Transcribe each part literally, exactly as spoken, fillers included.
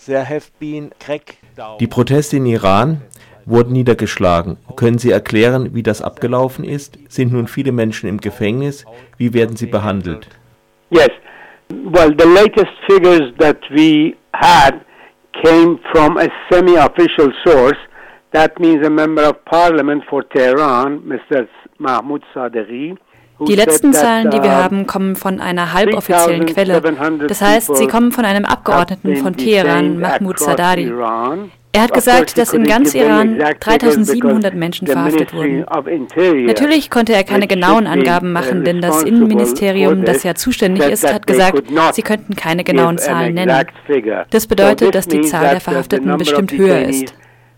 Die Proteste in Iran wurden niedergeschlagen. Können Sie erklären, wie das abgelaufen ist? Sind nun viele Menschen im Gefängnis? Wie werden sie behandelt? Yes. Well, the latest figures that we had came from a semi-official source. That means a member of parliament for Tehran, Mister Mahmoud Sadeghi. Die letzten Zahlen, die wir haben, kommen von einer halboffiziellen Quelle. Das heißt, sie kommen von einem Abgeordneten von Teheran, Mahmoud Sadari. Er hat gesagt, dass in ganz Iran dreitausendsiebenhundert Menschen verhaftet wurden. Natürlich konnte er keine genauen Angaben machen, denn das Innenministerium, das ja zuständig ist, hat gesagt, sie könnten keine genauen Zahlen nennen. Das bedeutet, dass die Zahl der Verhafteten bestimmt höher ist.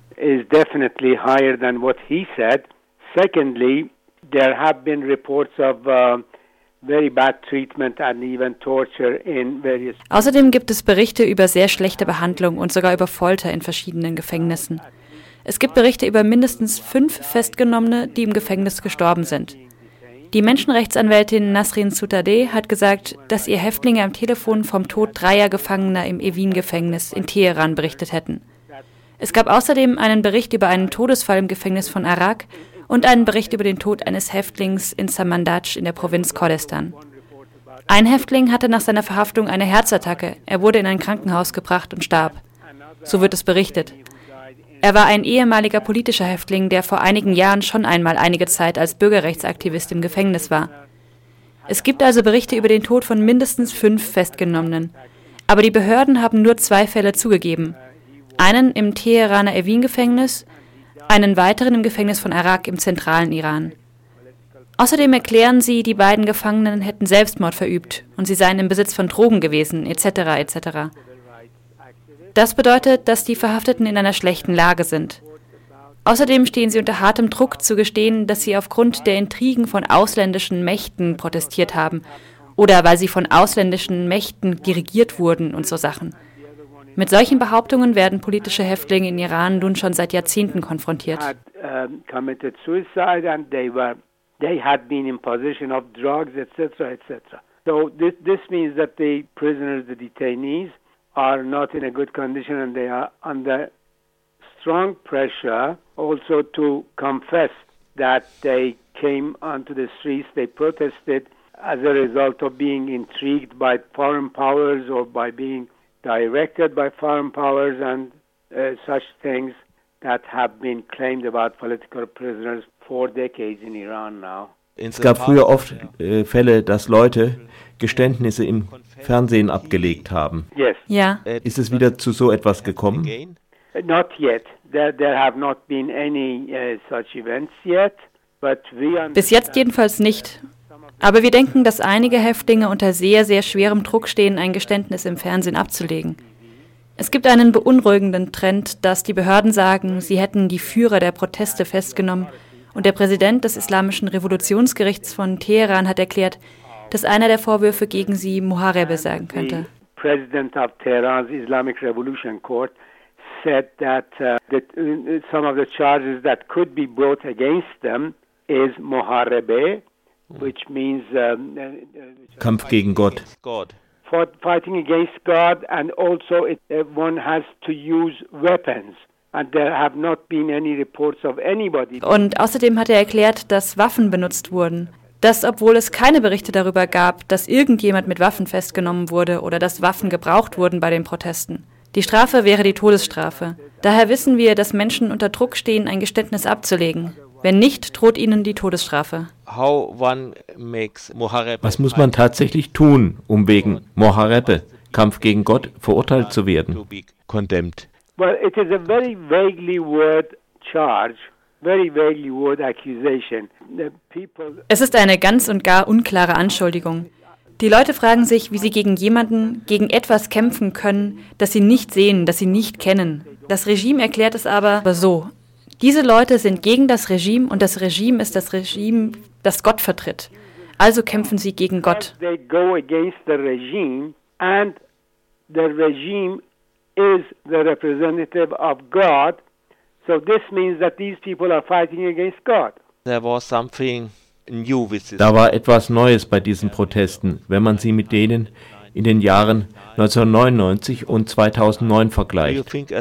There have been reports of uh, very bad treatment and even torture in various. Außerdem gibt es Berichte über sehr schlechte Behandlung und sogar über Folter in verschiedenen Gefängnissen. Es gibt Berichte über mindestens fünf Festgenommene, die im Gefängnis gestorben sind. Die Menschenrechtsanwältin Nasrin Sotoudeh hat gesagt, dass ihr Häftlinge am Telefon vom Tod dreier Gefangener im Evin-Gefängnis in Teheran berichtet hätten. Es gab außerdem einen Bericht über einen Todesfall im Gefängnis von Arak und einen Bericht über den Tod eines Häftlings in Samandaj in der Provinz Kurdistan. Ein Häftling hatte nach seiner Verhaftung eine Herzattacke. Er wurde in ein Krankenhaus gebracht und starb. So wird es berichtet. Er war ein ehemaliger politischer Häftling, der vor einigen Jahren schon einmal einige Zeit als Bürgerrechtsaktivist im Gefängnis war. Es gibt also Berichte über den Tod von mindestens fünf Festgenommenen. Aber die Behörden haben nur zwei Fälle zugegeben. Einen im Teheraner Evin-Gefängnis, einen weiteren im Gefängnis von Arak im zentralen Iran. Außerdem erklären sie, die beiden Gefangenen hätten Selbstmord verübt und sie seien im Besitz von Drogen gewesen, et cetera et cetera. Das bedeutet, dass die Verhafteten in einer schlechten Lage sind. Außerdem stehen sie unter hartem Druck zu gestehen, dass sie aufgrund der Intrigen von ausländischen Mächten protestiert haben oder weil sie von ausländischen Mächten dirigiert wurden und so Sachen. Mit solchen Behauptungen werden politische Häftlinge in Iran nun schon seit Jahrzehnten konfrontiert. They had been in possession of drugs, et cetera, et cetera. So this this means that the prisoners, the detainees, are not in a good condition, and they are under strong pressure also to confess that they came onto the streets, they protested as a result of being intrigued by foreign powers or by being directed by foreign powers and uh, such things that have been claimed about political prisoners for decades in Iran now. Es gab früher oft äh, Fälle, dass Leute Geständnisse im Fernsehen abgelegt haben. Yes. Ja. Ist es wieder zu so etwas gekommen? Not yet. There, there have not been any uh, such events yet, but we Bis jetzt jedenfalls nicht. Aber wir denken, dass einige Häftlinge unter sehr, sehr schwerem Druck stehen, ein Geständnis im Fernsehen abzulegen. Es gibt einen beunruhigenden Trend, dass die Behörden sagen, sie hätten die Führer der Proteste festgenommen. Und der Präsident des Islamischen Revolutionsgerichts von Teheran hat erklärt, dass einer der Vorwürfe gegen sie Moharebe sein könnte. President of Tehran's Islamic Revolution Court said that uh, that uh, some of the charges that could be brought against them is Moharebe, which means um, uh, Kampf gegen Gott. For fighting against God, and also it, uh, one has to use weapons. And there have not been any reports of anybody. Und außerdem hat er erklärt, dass Waffen benutzt wurden. Das, obwohl es keine Berichte darüber gab, dass irgendjemand mit Waffen festgenommen wurde oder dass Waffen gebraucht wurden bei den Protesten. Die Strafe wäre die Todesstrafe. Daher wissen wir, dass Menschen unter Druck stehen, ein Geständnis abzulegen. Wenn nicht, droht ihnen die Todesstrafe. Was muss man tatsächlich tun, um wegen Moharebe, Kampf gegen Gott, verurteilt zu werden? Well, it is a very vaguely word charge, very vaguely word accusation. The people Es ist eine ganz und gar unklare Anschuldigung. Die Leute fragen sich, wie sie gegen jemanden, gegen etwas kämpfen können, das sie nicht sehen, das sie nicht kennen. Das Regime erklärt es aber so. Diese Leute sind gegen das Regime und das Regime ist das Regime, das Gott vertritt. Also kämpfen sie gegen Gott. They go against the regime and the regime is the representative of God. So this means that these people are fighting against God. There was something new with this. Da war etwas Neues bei diesen Protesten, wenn man sie mit denen in den Jahren neunzehnhundertneunundneunzig und zweitausendneun vergleicht.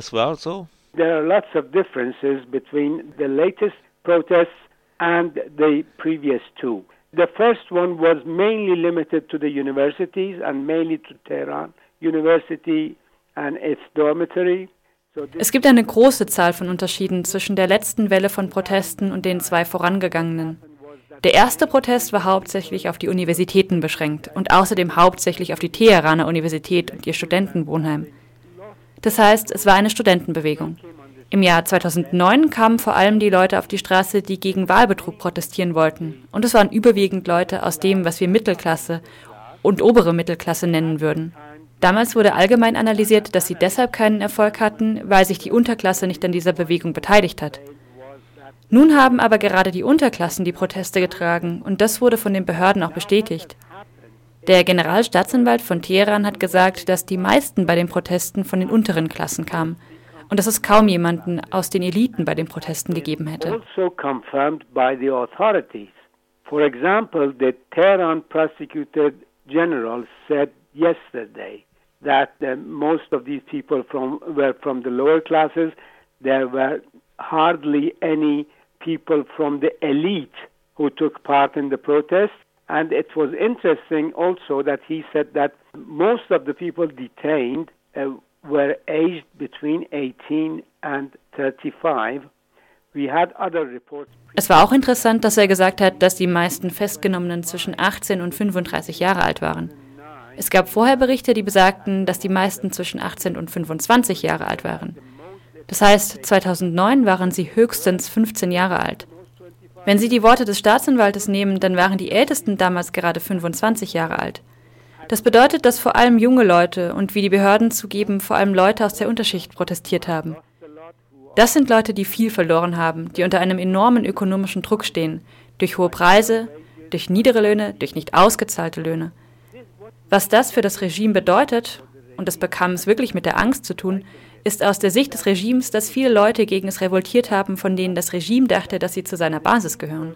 There are lots of differences between the latest protests and the previous two. The first one was mainly limited to the universities and mainly to Tehran University and its dormitory. Es gibt eine große Zahl von Unterschieden zwischen der letzten Welle von Protesten und den zwei vorangegangenen. Der erste Protest war hauptsächlich auf die Universitäten beschränkt und außerdem hauptsächlich auf die Teheraner Universität und ihr Studentenwohnheim. Das heißt, es war eine Studentenbewegung. Im Jahr zweitausendneun kamen vor allem die Leute auf die Straße, die gegen Wahlbetrug protestieren wollten. Und es waren überwiegend Leute aus dem, was wir Mittelklasse und obere Mittelklasse nennen würden. Damals wurde allgemein analysiert, dass sie deshalb keinen Erfolg hatten, weil sich die Unterklasse nicht an dieser Bewegung beteiligt hat. Nun haben aber gerade die Unterklassen die Proteste getragen und das wurde von den Behörden auch bestätigt. Der Generalstaatsanwalt von Teheran hat gesagt, dass die meisten bei den Protesten von den unteren Klassen kamen und dass es kaum jemanden aus den Eliten bei den Protesten gegeben hätte. Also confirmed by the authorities. For example, the Tehran Prosecutor General said yesterday that uh, most of these people from were from the lower classes. There were hardly any people from the elite who took part in the protest. And it was interesting also that he said that most of the people detained uh, were aged between eighteen and thirty-five. We had other reports. Es war auch interessant, dass er gesagt hat, dass die meisten Festgenommenen zwischen achtzehn und fünfunddreißig Jahre alt waren. Es gab vorher Berichte, die besagten, dass die meisten zwischen achtzehn und fünfundzwanzig Jahre alt waren. Das heißt, zweitausendneun waren sie höchstens fünfzehn Jahre alt. Wenn Sie die Worte des Staatsanwaltes nehmen, dann waren die Ältesten damals gerade fünfundzwanzig Jahre alt. Das bedeutet, dass vor allem junge Leute und wie die Behörden zugeben, vor allem Leute aus der Unterschicht protestiert haben. Das sind Leute, die viel verloren haben, die unter einem enormen ökonomischen Druck stehen, durch hohe Preise, durch niedere Löhne, durch nicht ausgezahlte Löhne. Was das für das Regime bedeutet, und das bekam es wirklich mit der Angst zu tun, ist aus der Sicht des Regimes, dass viele Leute gegen es revoltiert haben, von denen das Regime dachte, dass sie zu seiner Basis gehören.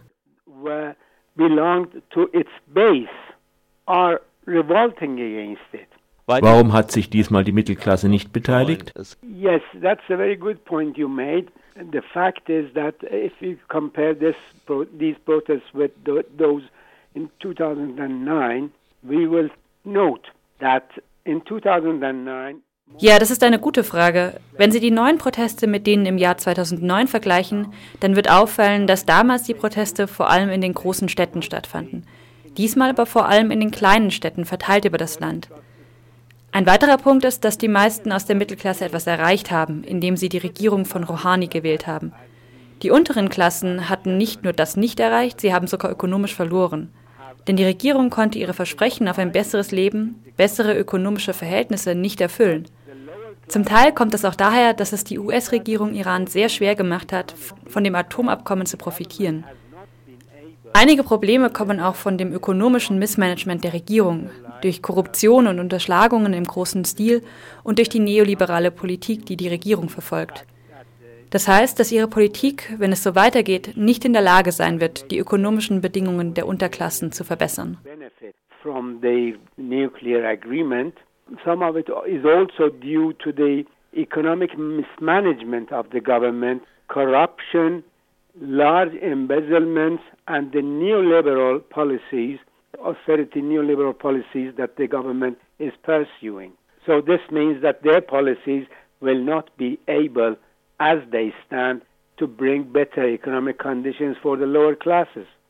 Warum hat sich diesmal die Mittelklasse nicht beteiligt? Yes, that's a very good point you made. The fact is that if you compare this, these protests with those in two thousand nine, we will note that in two thousand nine. Ja, das ist eine gute Frage. Wenn Sie die neuen Proteste mit denen im Jahr zweitausendneun vergleichen, dann wird auffallen, dass damals die Proteste vor allem in den großen Städten stattfanden. Diesmal aber vor allem in den kleinen Städten verteilt über das Land. Ein weiterer Punkt ist, dass die meisten aus der Mittelklasse etwas erreicht haben, indem sie die Regierung von Rouhani gewählt haben. Die unteren Klassen hatten nicht nur das nicht erreicht, sie haben sogar ökonomisch verloren. Denn die Regierung konnte ihre Versprechen auf ein besseres Leben, bessere ökonomische Verhältnisse nicht erfüllen. Zum Teil kommt es auch daher, dass es die U S-Regierung Iran sehr schwer gemacht hat, von dem Atomabkommen zu profitieren. Einige Probleme kommen auch von dem ökonomischen Missmanagement der Regierung, durch Korruption und Unterschlagungen im großen Stil und durch die neoliberale Politik, die die Regierung verfolgt. Das heißt, dass ihre Politik, wenn es so weitergeht, nicht in der Lage sein wird, die ökonomischen Bedingungen der Unterklassen zu verbessern. Some of it is also due to the economic mismanagement of the government, corruption, large embezzlements, and the neoliberal policies, austerity neoliberal policies that the government is pursuing. So this means that their policies will not be able, as they stand, to bring better economic conditions for the lower classes.